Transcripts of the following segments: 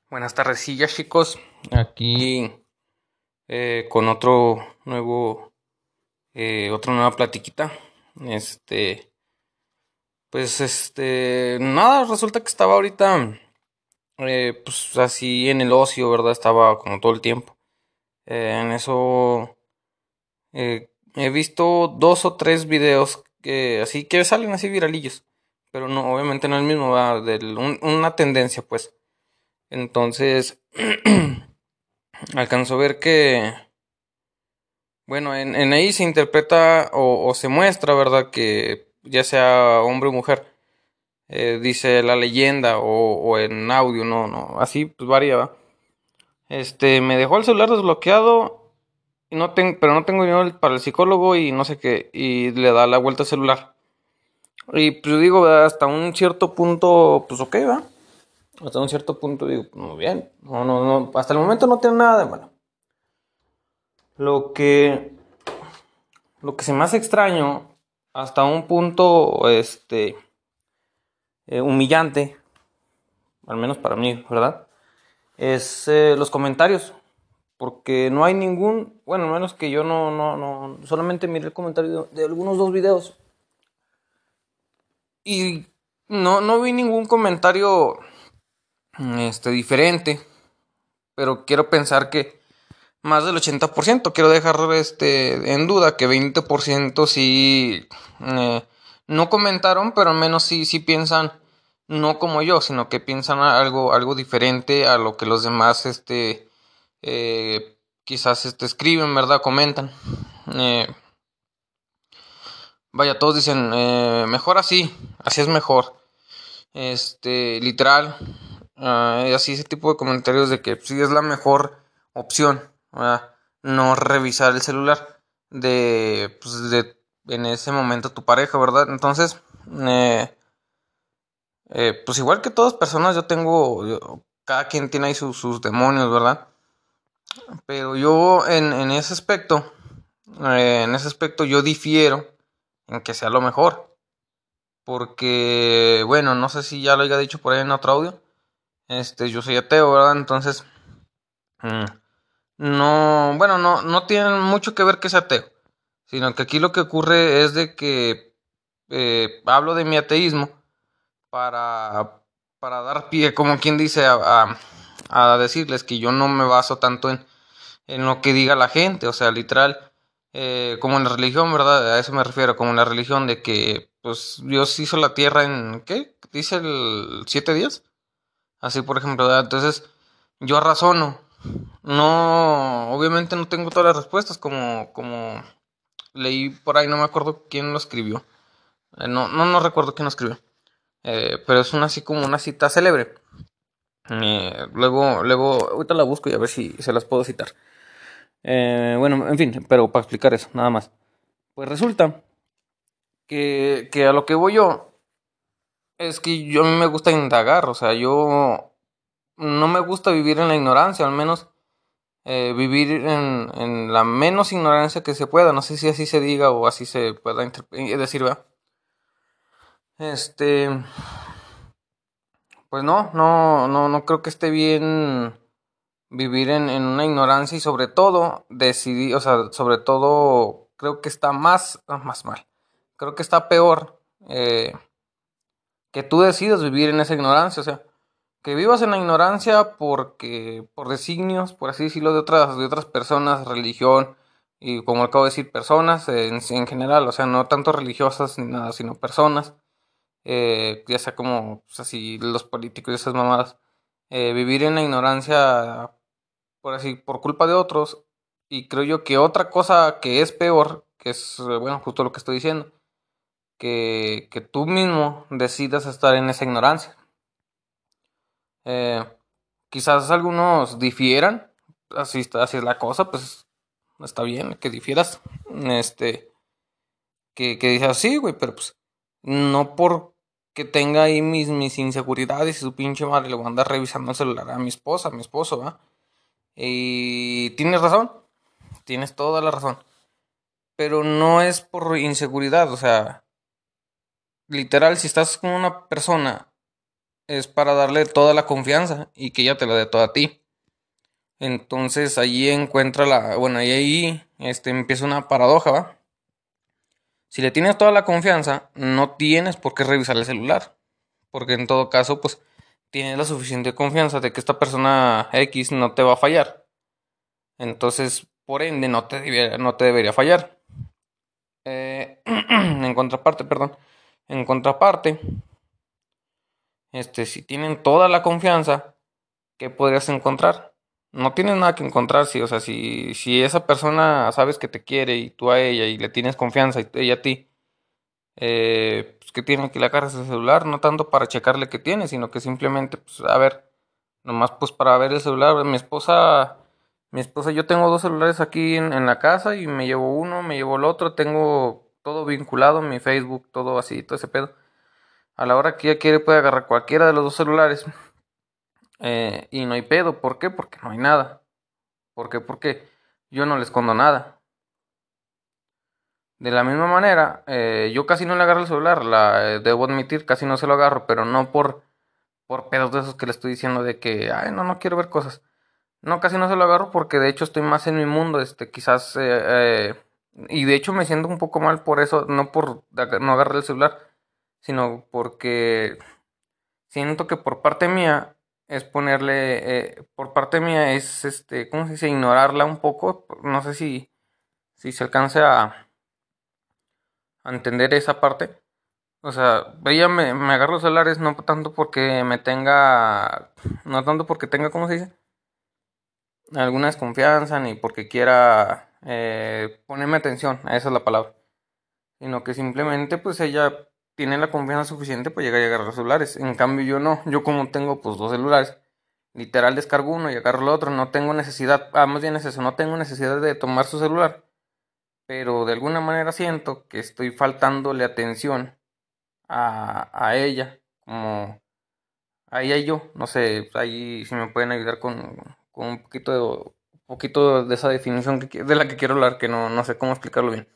Buenas tardecillas, chicos. Aquí con otra nueva platiquita. Este, nada, resulta que estaba ahorita, pues así en el ocio, ¿verdad? Estaba como todo el tiempo. En eso he visto dos o tres videos que así que salen así viralillos, pero no, obviamente no el mismo, ¿verdad? Una tendencia, pues. Entonces, alcanzó a ver que bueno, en ahí se interpreta o se muestra, ¿verdad? Que ya sea hombre o mujer, dice la leyenda o en audio, no, así pues varía, ¿va? Me dejó el celular desbloqueado, y pero no tengo dinero para el psicólogo y no sé qué, y le da la vuelta al celular. Y pues digo, ¿verdad? Hasta un cierto punto, pues ok, va. Hasta un cierto punto digo, muy bien, no, hasta el momento no tiene nada de malo. Lo que Lo que se me hace extraño, hasta un punto, humillante, al menos para mí, ¿verdad? Es los comentarios, porque no hay ningún, bueno, al menos que yo no, solamente miré el comentario de algunos dos videos y no vi ningún comentario, diferente, pero quiero pensar que más del 80%, quiero dejar en duda que 20% sí eh, no comentaron, pero al menos sí piensan no como yo, sino que piensan algo diferente a lo que los demás quizás escriben, ¿verdad? Comentan. Eh, Vaya, todos dicen mejor así es mejor. Literal, así ese tipo de comentarios de que sí es la mejor opción, ¿verdad? No revisar el celular de en ese momento tu pareja, ¿verdad? Entonces, eh, pues igual que todas personas, cada quien tiene ahí sus demonios, ¿verdad? Pero yo en ese aspecto yo difiero en que sea lo mejor, porque, bueno, no sé si ya lo haya dicho por ahí en otro audio. Yo soy ateo, ¿verdad? Entonces, mm, no, bueno, no tiene mucho que ver que sea ateo, sino que aquí lo que ocurre es de que hablo de mi ateísmo para, para dar pie, como quien dice, a decirles que yo no me baso tanto en lo que diga la gente, o sea, literal, como en la religión, ¿verdad? A eso me refiero, como en la religión de que, pues, Dios hizo la tierra en, ¿qué? Dice el 7 días. Así, por ejemplo, ¿verdad? Entonces, yo razono. No, obviamente no tengo todas las respuestas, como leí por ahí, no me acuerdo quién lo escribió. No recuerdo quién lo escribió. Pero es una así como una cita célebre. Luego, ahorita la busco y a ver si se las puedo citar. Bueno, en fin, pero para explicar eso, nada más. Pues resulta que a lo que voy yo es que a mí me gusta indagar, o sea, yo no me gusta vivir en la ignorancia, al menos vivir en la menos ignorancia que se pueda. No sé si así se diga o así se pueda decir, ¿verdad? Este, pues no creo que esté bien vivir en una ignorancia y sobre todo decidir, o sea, sobre todo creo que está más mal. Creo que está peor que tú decidas vivir en esa ignorancia, o sea, que vivas en la ignorancia por designios, por así decirlo, de otras personas, religión, y como acabo de decir, personas en general, o sea, no tanto religiosas ni nada, sino personas, ya sea como, pues así, los políticos y esas mamadas, vivir en la ignorancia, por culpa de otros, y creo yo que otra cosa que es peor, que es, bueno, justo lo que estoy diciendo, que tú mismo decidas estar en esa ignorancia. Eh, Quizás algunos difieran, así es la cosa, pues está bien que difieras, este, que dices sí, güey, pero pues no porque tenga ahí mis inseguridades y su pinche madre le voy a andar revisando el celular a mi esposa, a mi esposo, ¿va? Y tienes razón, tienes toda la razón, pero no es por inseguridad, o sea, literal, si estás con una persona es para darle toda la confianza y que ella te la dé toda a ti. Entonces ahí encuentra bueno, y ahí empieza una paradoja, ¿va? Si le tienes toda la confianza, no tienes por qué revisar el celular, porque en todo caso, pues tienes la suficiente confianza de que esta persona X no te va a fallar. Entonces, por ende, no te debería fallar. En contraparte, perdón. En contraparte, si tienen toda la confianza, ¿qué podrías encontrar? No tienes nada que encontrar, sí, o sea, si esa persona sabes que te quiere y tú a ella y le tienes confianza y ella a ti, pues que tiene que le agarres el celular, no tanto para checarle que tiene, sino que simplemente, pues, a ver, nomás pues para ver el celular. Mi esposa, yo tengo dos celulares aquí en la casa y me llevo uno, me llevo el otro, tengo todo vinculado, mi Facebook, todo así, todo ese pedo. A la hora que ella quiere puede agarrar cualquiera de los dos celulares y no hay pedo. ¿Por qué? Porque no hay nada. ¿Por qué? Porque yo no le escondo nada. De la misma manera, yo casi no le agarro el celular, debo admitir, casi no se lo agarro, pero no por pedos de esos que le estoy diciendo de que, ay, no, no quiero ver cosas. No, casi no se lo agarro porque de hecho estoy más en mi mundo, quizás, y de hecho me siento un poco mal por eso, no por no agarrar el celular, sino porque siento que por parte mía es por parte mía es, ¿cómo se dice? Ignorarla un poco, no sé si se alcance a entender esa parte. O sea, ella me agarra los celulares no tanto porque no tanto porque tenga, ¿cómo se dice? Alguna desconfianza, ni porque quiera ponerme atención, esa es la palabra, sino que simplemente pues ella tiene la confianza suficiente para llegar y agarrar los celulares. En cambio yo no, yo como tengo pues dos celulares, literal descargo uno y agarro el otro, no tengo necesidad, más bien es eso, no tengo necesidad de tomar su celular, pero de alguna manera siento que estoy faltándole atención a ella, como a ella y yo, no sé, ahí si me pueden ayudar con un poquito de esa definición de la que quiero hablar, que no sé cómo explicarlo bien.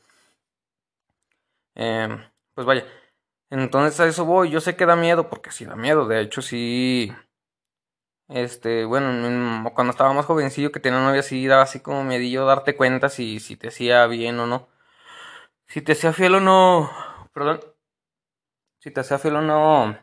Em, pues vaya, entonces a eso voy. Yo sé que da miedo, porque sí da miedo. De hecho, sí. Bueno, cuando estaba más jovencillo que tenía novia, sí daba así como miedillo darte cuenta si te hacía bien o no. Si te hacía fiel o no. Perdón. Si te hacía fiel o no.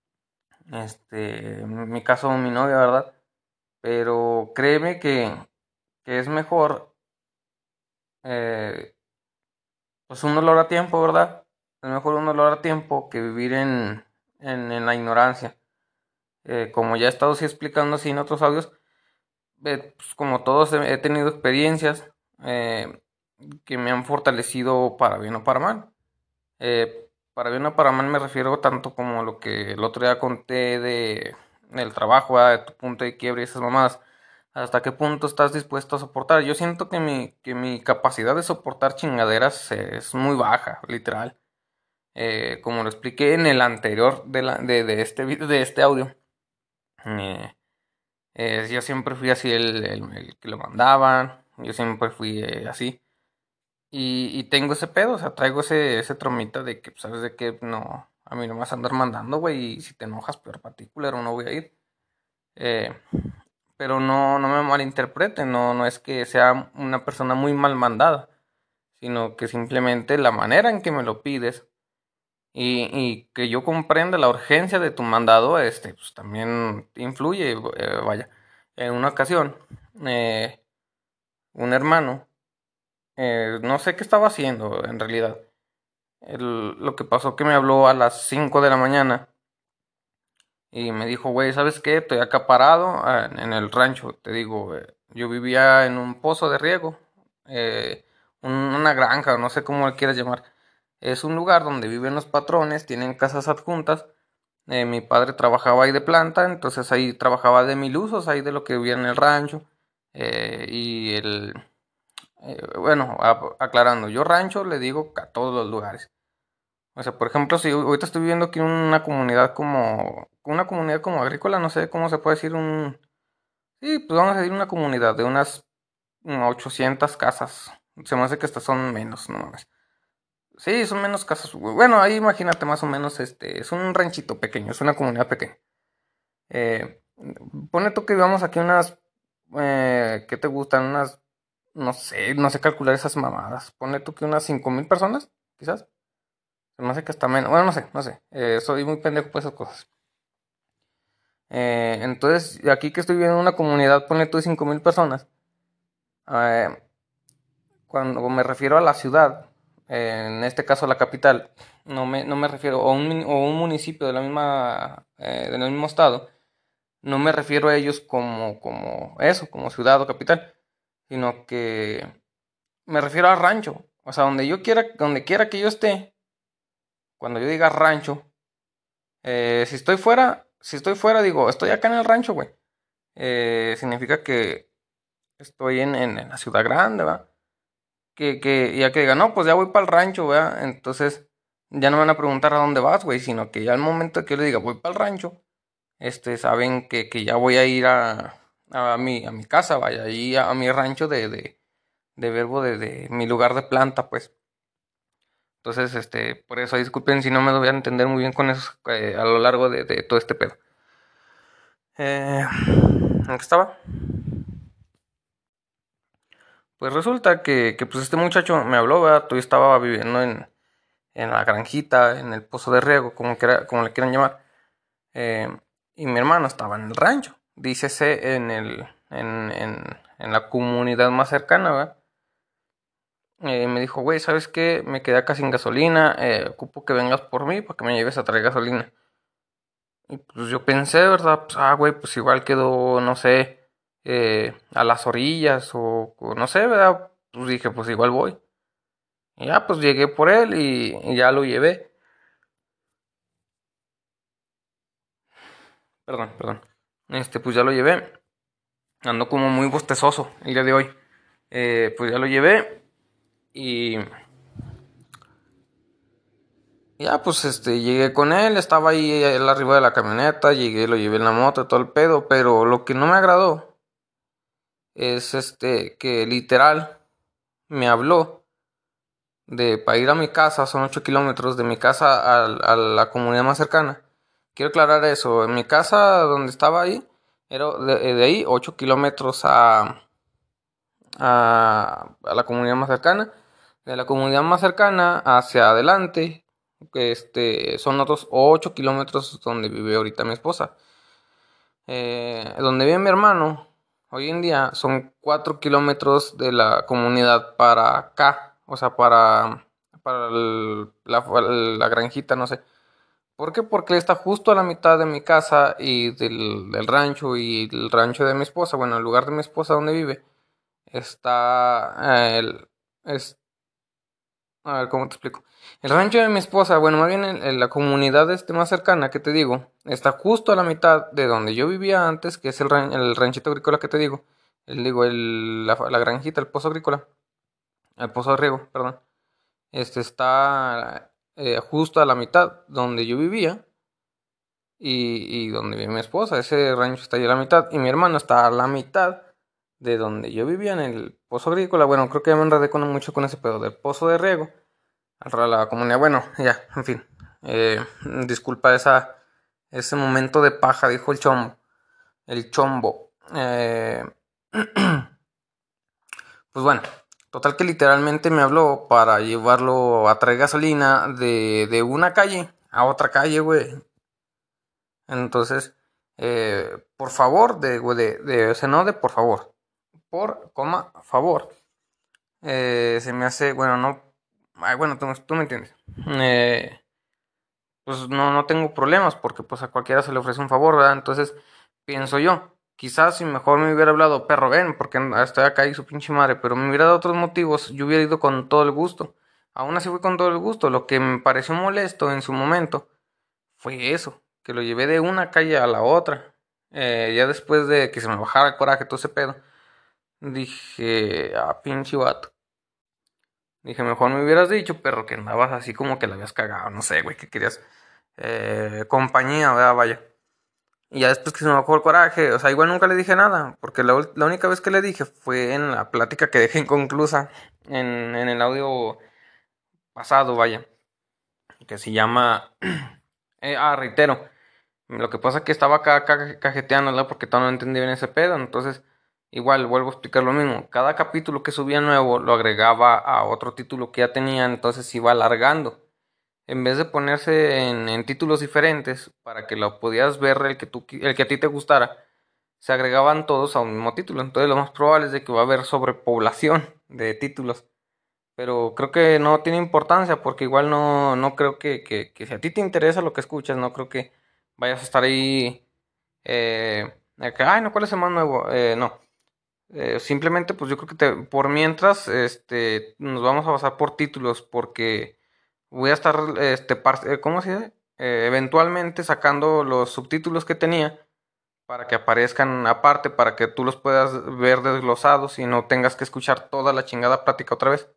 En mi caso, mi novia, ¿verdad? Pero créeme que es mejor. eh, pues un dolor a tiempo, ¿verdad? Es mejor un dolor a tiempo que vivir en la ignorancia. Como ya he estado así explicando así en otros audios, pues como todos he tenido experiencias eh, que me han fortalecido para bien o para mal. Para bien o para mal me refiero tanto como lo que el otro día conté del trabajo, ¿verdad? De tu punto de quiebre y esas mamadas. ¿Hasta qué punto estás dispuesto a soportar? Yo siento que mi capacidad de soportar chingaderas es muy baja, literal. Como lo expliqué en el anterior de este audio. Eh, yo siempre fui así el que lo mandaban. Yo siempre fui así. Y tengo ese pedo, o sea, traigo ese tromita de que, pues, sabes de que no, a mí no me vas a andar mandando, güey, y si te enojas, peor para ti, culero, no voy a ir. Eh, pero no me malinterpreten, no es que sea una persona muy mal mandada, sino que simplemente la manera en que me lo pides y que yo comprenda la urgencia de tu mandado, pues también influye, vaya. En una ocasión, eh, un hermano, no sé qué estaba haciendo en realidad. Lo que pasó que me habló a las 5 de la mañana y me dijo, güey, ¿sabes qué? Estoy acaparado en el rancho. Te digo, yo vivía en un pozo de riego, eh, una granja, no sé cómo le quieras llamar. Es un lugar donde viven los patrones, tienen casas adjuntas. Mi padre trabajaba ahí de planta, entonces ahí trabajaba de mil usos, ahí de lo que vivía en el rancho. Bueno, aclarando, yo rancho le digo a todos los lugares. O sea, por ejemplo, si ahorita estoy viviendo aquí en una comunidad como agrícola, no sé cómo se puede decir sí, pues vamos a decir una comunidad de unas 800 casas. Se me hace que estas son menos, no mames. Sí, son menos casas. Bueno, ahí imagínate más o menos, es un ranchito pequeño, es una comunidad pequeña. Eh, Pone tú que vivamos aquí unas, ¿qué te gustan? Unas, no sé calcular esas mamadas. Pone tú que unas 5,000 personas, quizás. Se me hace que hasta menos. Bueno, no sé. Soy muy pendejo por esas cosas. Entonces, aquí que estoy viviendo en una comunidad, pone tú de 5,000 personas. Eh, Cuando me refiero a la ciudad, en este caso la capital, no me refiero, o un municipio de la misma, del mismo estado, no me refiero a ellos como eso, como ciudad o capital, sino que me refiero a rancho. O sea, donde quiera que yo esté, cuando yo diga rancho, si estoy fuera, digo, estoy acá en el rancho, güey. Significa que estoy en la ciudad grande, ¿va? Ya que diga, no, pues ya voy para el rancho, ¿verdad? Entonces ya no me van a preguntar a dónde vas, güey, sino que ya al momento que yo le diga, voy para el rancho, saben que ya voy a ir a mi casa, vaya, ahí a mi rancho de verbo de mi lugar de planta, pues. Entonces, por eso disculpen si no me voy a entender muy bien con eso a lo largo de todo este pedo. ¿En qué estaba? Pues resulta pues este muchacho me habló, ¿verdad? Yo estaba viviendo en la granjita, en el pozo de riego, como le quieran llamar. Eh, y mi hermano estaba en el rancho, dícese en la comunidad más cercana, ¿verdad? Me dijo, güey, ¿sabes qué? Me quedé acá sin gasolina, ocupo que vengas por mí para que me lleves a traer gasolina. Y pues yo pensé, ¿verdad? Pues, güey, pues igual quedó, no sé, a las orillas o no sé, ¿verdad? Pues dije, pues igual voy. Y ya, pues llegué por él y ya lo llevé. Perdón. Pues ya lo llevé. Ando como muy bostezoso el día de hoy. Pues ya lo llevé y ya pues llegué con él, estaba ahí él arriba de la camioneta, llegué, lo llevé en la moto, todo el pedo, pero lo que no me agradó es que literal me habló de para ir a mi casa, son 8 kilómetros de mi casa a la comunidad más cercana. Quiero aclarar eso, en mi casa donde estaba ahí, era de ahí 8 kilómetros a la comunidad más cercana. De la comunidad más cercana hacia adelante, que son otros 8 kilómetros donde vive ahorita mi esposa. Donde vive mi hermano, hoy en día son 4 kilómetros de la comunidad para acá, o sea, para la granjita, no sé. ¿Por qué? Porque está justo a la mitad de mi casa y del rancho y el rancho de mi esposa, bueno, el lugar de mi esposa donde vive está a ver, ¿cómo te explico? El rancho de mi esposa, bueno, más bien en la comunidad más cercana que te digo, está justo a la mitad de donde yo vivía antes, que es el ranchito agrícola que te digo. La granjita, el pozo agrícola, el pozo de riego, perdón. Está justo a la mitad donde yo vivía y donde vive mi esposa. Ese rancho está ahí a la mitad y mi hermano está a la mitad de donde yo vivía en el pozo agrícola. Bueno, creo que ya me enredé mucho con ese pedo del pozo de riego a la comunidad. Bueno, ya, en fin. Disculpa ese momento de paja, dijo el chombo. El chombo. Pues bueno, total que literalmente me habló para llevarlo a traer gasolina de una calle a otra calle, güey. Entonces, por favor, o sea, no de por favor, por, coma, favor. Se me hace, bueno, no, ay, bueno, tú me entiendes. Pues no tengo problemas porque pues a cualquiera se le ofrece un favor, ¿verdad? Entonces, pienso yo, quizás si mejor me hubiera hablado, perro, ven, porque estoy acá y su pinche madre, pero me hubiera dado otros motivos, yo hubiera ido con todo el gusto. Aún así fui con todo el gusto, lo que me pareció molesto en su momento fue eso, que lo llevé de una calle a la otra. Ya después de que se me bajara el coraje, todo ese pedo, dije, pinche vato. Dije, mejor me hubieras dicho, perro, que andabas así como que la habías cagado, no sé, güey, que querías compañía, ¿verdad? Vaya. Y ya después que se me bajó el coraje, o sea, igual nunca le dije nada, porque la única vez que le dije fue en la plática que dejé inconclusa, en el audio pasado, vaya, que se llama, reitero, Lo que pasa es que estaba acá cajeteándola porque todavía no entendía bien ese pedo. Entonces, igual, vuelvo a explicar lo mismo. Cada capítulo que subía nuevo lo agregaba a otro título que ya tenía, entonces iba alargando. En vez de ponerse en títulos diferentes para que lo podías ver el que a ti te gustara, se agregaban todos a un mismo título. Entonces, lo más probable es de que va a haber sobrepoblación de títulos. Pero creo que no tiene importancia porque igual no creo que si a ti te interesa lo que escuchas, no creo que vayas a estar ahí ay, no, ¿cuál es el más nuevo? No. Simplemente, pues yo creo que por mientras, nos vamos a basar por títulos porque voy a estar, ¿cómo se dice? Eventualmente sacando los subtítulos que tenía para que aparezcan aparte, para que tú los puedas ver desglosados y no tengas que escuchar toda la chingada plática otra vez.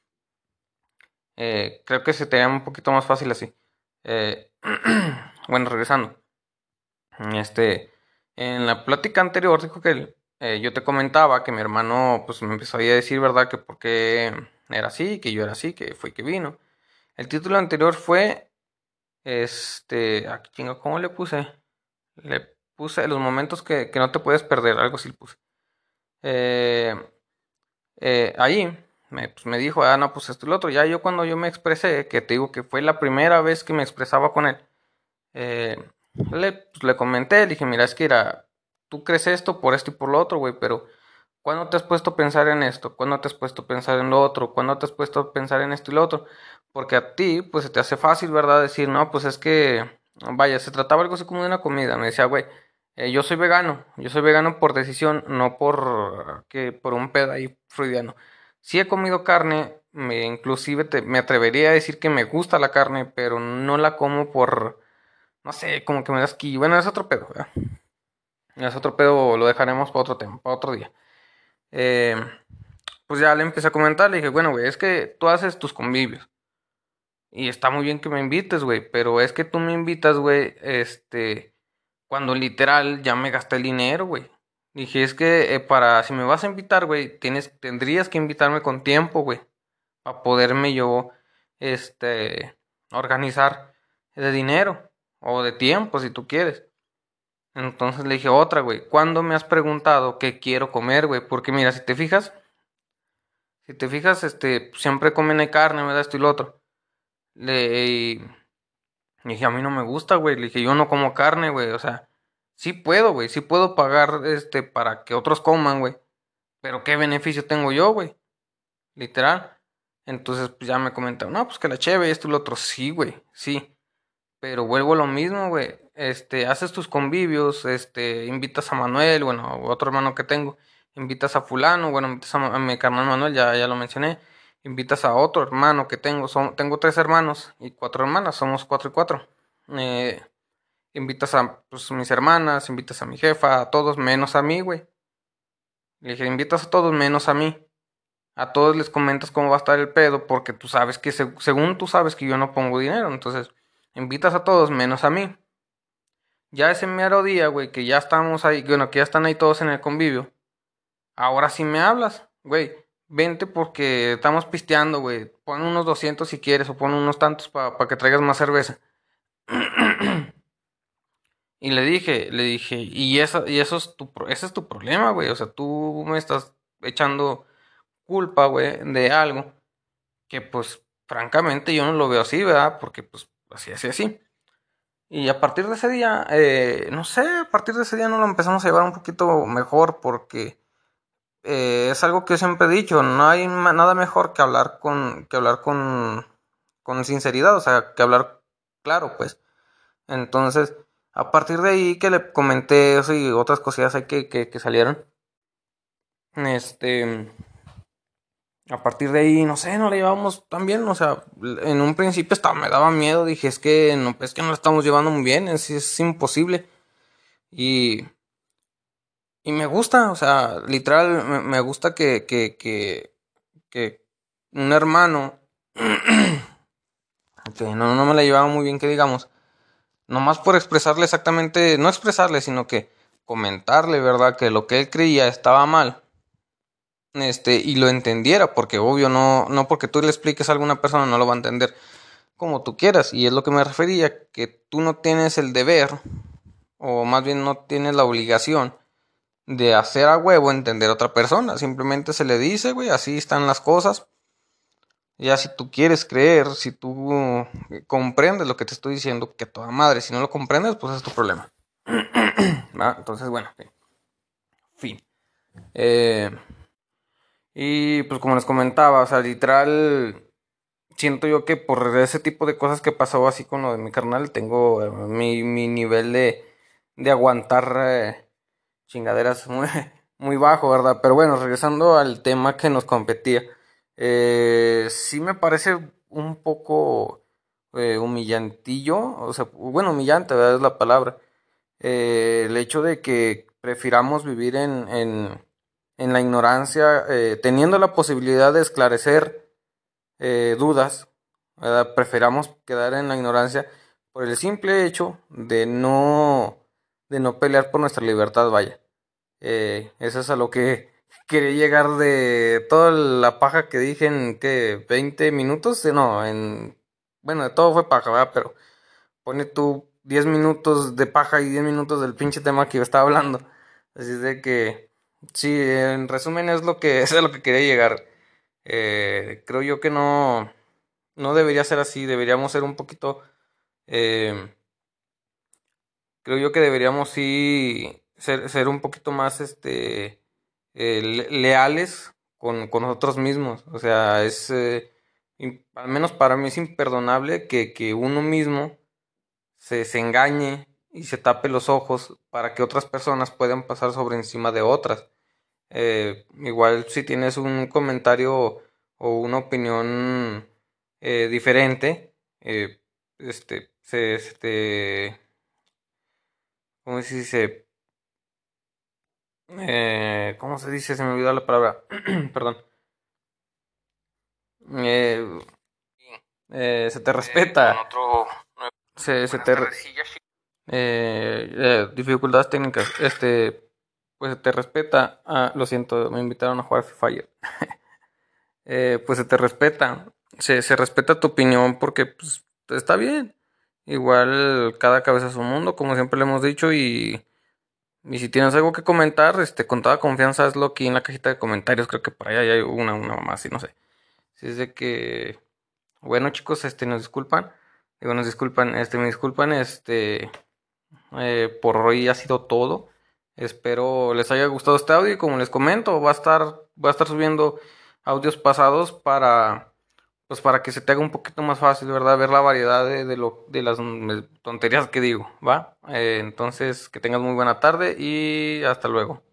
Creo que se te llama un poquito más fácil así. Eh, bueno, regresando. Este, en la plática anterior dijo que yo te comentaba que mi hermano pues me empezó a decir, ¿verdad? Que por qué era así, que yo era así, que fue que vino. El título anterior fue, chinga, ¿cómo le puse? Le puse los momentos que no te puedes perder, algo así le puse. Eh, ahí pues me dijo, ah, no, pues esto y lo otro. Ya yo cuando yo me expresé, que te digo que fue la primera vez que me expresaba con él, eh, pues, le comenté, le dije, mira, es que era, tú crees esto por esto y por lo otro, güey, pero ¿cuándo te has puesto a pensar en esto? ¿Cuándo te has puesto a pensar en lo otro? ¿Cuándo te has puesto a pensar en esto y lo otro? Porque a ti, pues se te hace fácil, ¿verdad? Decir, no, pues es que, vaya, se trataba algo así como de una comida. Me decía, güey, yo soy vegano por decisión, no por un pedo ahí freudiano. Sí he comido carne, inclusive me atrevería a decir que me gusta la carne, pero no la como por, no sé, como que me da asquillo. Bueno, es otro pedo, ¿verdad? Es otro pedo, lo dejaremos para otro tema, para otro día. Eh, pues ya le empecé a comentar, le dije, bueno, güey, es que tú haces tus convivios. Y está muy bien que me invites, güey, pero es que tú me invitas, güey, cuando literal ya me gasté el dinero, güey. Dije, es que si me vas a invitar, güey, tendrías que invitarme con tiempo, güey, para poderme yo, este, organizar de dinero o de tiempo, si tú quieres. Entonces le dije otra, güey, ¿cuándo me has preguntado qué quiero comer, güey? Porque mira, si te fijas, siempre comen ahí carne, me da esto y lo otro. Y dije, a mí no me gusta, güey. Le dije, yo no como carne, güey. O sea, sí puedo, güey. Sí puedo pagar, para que otros coman, güey. Pero ¿qué beneficio tengo yo, güey? Literal. Entonces, pues ya me comentaron, no, pues que la cheve, esto y lo otro. Sí, güey, sí. Pero vuelvo a lo mismo, güey. Haces tus convivios, invitas a Manuel, bueno, otro hermano que tengo. Invitas a fulano, bueno, invitas a mi carnal Manuel, ya lo mencioné. Invitas a otro hermano que tengo. Tengo 3 hermanos y 4 hermanas, somos 4 y 4. Eh, invitas a pues, mis hermanas, invitas a mi jefa, a todos menos a mí, güey. Le dije, invitas a todos menos a mí. A todos les comentas cómo va a estar el pedo porque tú sabes que, según tú sabes que yo no pongo dinero. Entonces, invitas a todos menos a mí. Ya ese mero día, güey, que ya estamos ahí, bueno, que ya están ahí todos en el convivio. Ahora sí me hablas, güey. Vente porque estamos pisteando, güey. Pon unos 200 si quieres o pon unos tantos para que traigas más cerveza. Y le dije, ese es tu problema, güey. O sea, tú me estás echando culpa, güey, de algo que, pues, francamente yo no lo veo así, ¿verdad? Porque, pues, así, así, así. Y a partir de ese día, no sé, a partir de ese día nos lo empezamos a llevar un poquito mejor porque es algo que yo siempre he dicho, no hay nada mejor que hablar con sinceridad, o sea, que hablar claro, pues. Entonces, a partir de ahí que le comenté eso y otras cosillas ahí que salieron, este, a partir de ahí, no sé, no le llevamos tan bien, o sea, en un principio hasta me daba miedo, dije, es que no la estamos llevando muy bien, es imposible. Y, y me gusta, o sea, literal, me gusta que un hermano, que no me la llevaba muy bien, que digamos, nomás por expresarle exactamente, no expresarle, sino que comentarle, ¿verdad? Que lo que él creía estaba mal, y lo entendiera, porque obvio no porque tú le expliques a alguna persona no lo va a entender como tú quieras, y es lo que me refería, que tú no tienes el deber, o más bien no tienes la obligación de hacer a huevo entender a otra persona. Simplemente se le dice, güey, así están las cosas. Ya si tú quieres creer, si tú comprendes lo que te estoy diciendo, que toda madre, si no lo comprendes, pues es tu problema. ¿Va? Entonces, bueno, fin. Eh, y pues como les comentaba, o sea, literal, siento yo que por ese tipo de cosas que pasó así con lo de mi carnal, tengo mi nivel de aguantar chingaderas muy, muy bajo, ¿verdad? Pero bueno, regresando al tema que nos competía, sí me parece un poco humillantillo, o sea, bueno, humillante, ¿verdad? Es la palabra. El hecho de que prefiramos vivir en la ignorancia, teniendo la posibilidad de esclarecer dudas, ¿verdad? Prefiramos quedar en la ignorancia por el simple hecho de no pelear por nuestra libertad, vaya. Eso es a lo que quería llegar de toda la paja que dije en que 20 minutos, no, bueno, de todo fue paja, ¿verdad? Pero pone tú 10 minutos de paja y 10 minutos del pinche tema que yo estaba hablando. Así es de que, sí, en resumen es lo que es a lo que quería llegar. Creo yo que no debería ser así, deberíamos ser un poquito, eh, creo yo que deberíamos sí ser un poquito más, leales con nosotros mismos. O sea, al menos para mí es imperdonable que uno mismo se engañe y se tape los ojos para que otras personas puedan pasar sobre encima de otras. Igual si tienes un comentario o una opinión diferente, se te, ¿cómo se dice? ¿Cómo se dice? Se me olvidó la palabra. Perdón. Eh, se te respeta. Se te, dificultades técnicas. Pues se te respeta. Ah, lo siento, me invitaron a jugar Free Fire. Pues se te respeta. Se respeta tu opinión porque pues, está bien. Igual cada cabeza es un mundo, como siempre le hemos dicho. Y si tienes algo que comentar, con toda confianza hazlo aquí en la cajita de comentarios. Creo que por ahí hay una más, y no sé. Si es de que, bueno chicos, nos disculpan. Digo, nos disculpan, me disculpan, por hoy ha sido todo. Espero les haya gustado este audio y como les comento, va a estar subiendo audios pasados pues para que se te haga un poquito más fácil, ¿verdad? Ver la variedad de las tonterías que digo, ¿va? Entonces, que tengas muy buena tarde y hasta luego.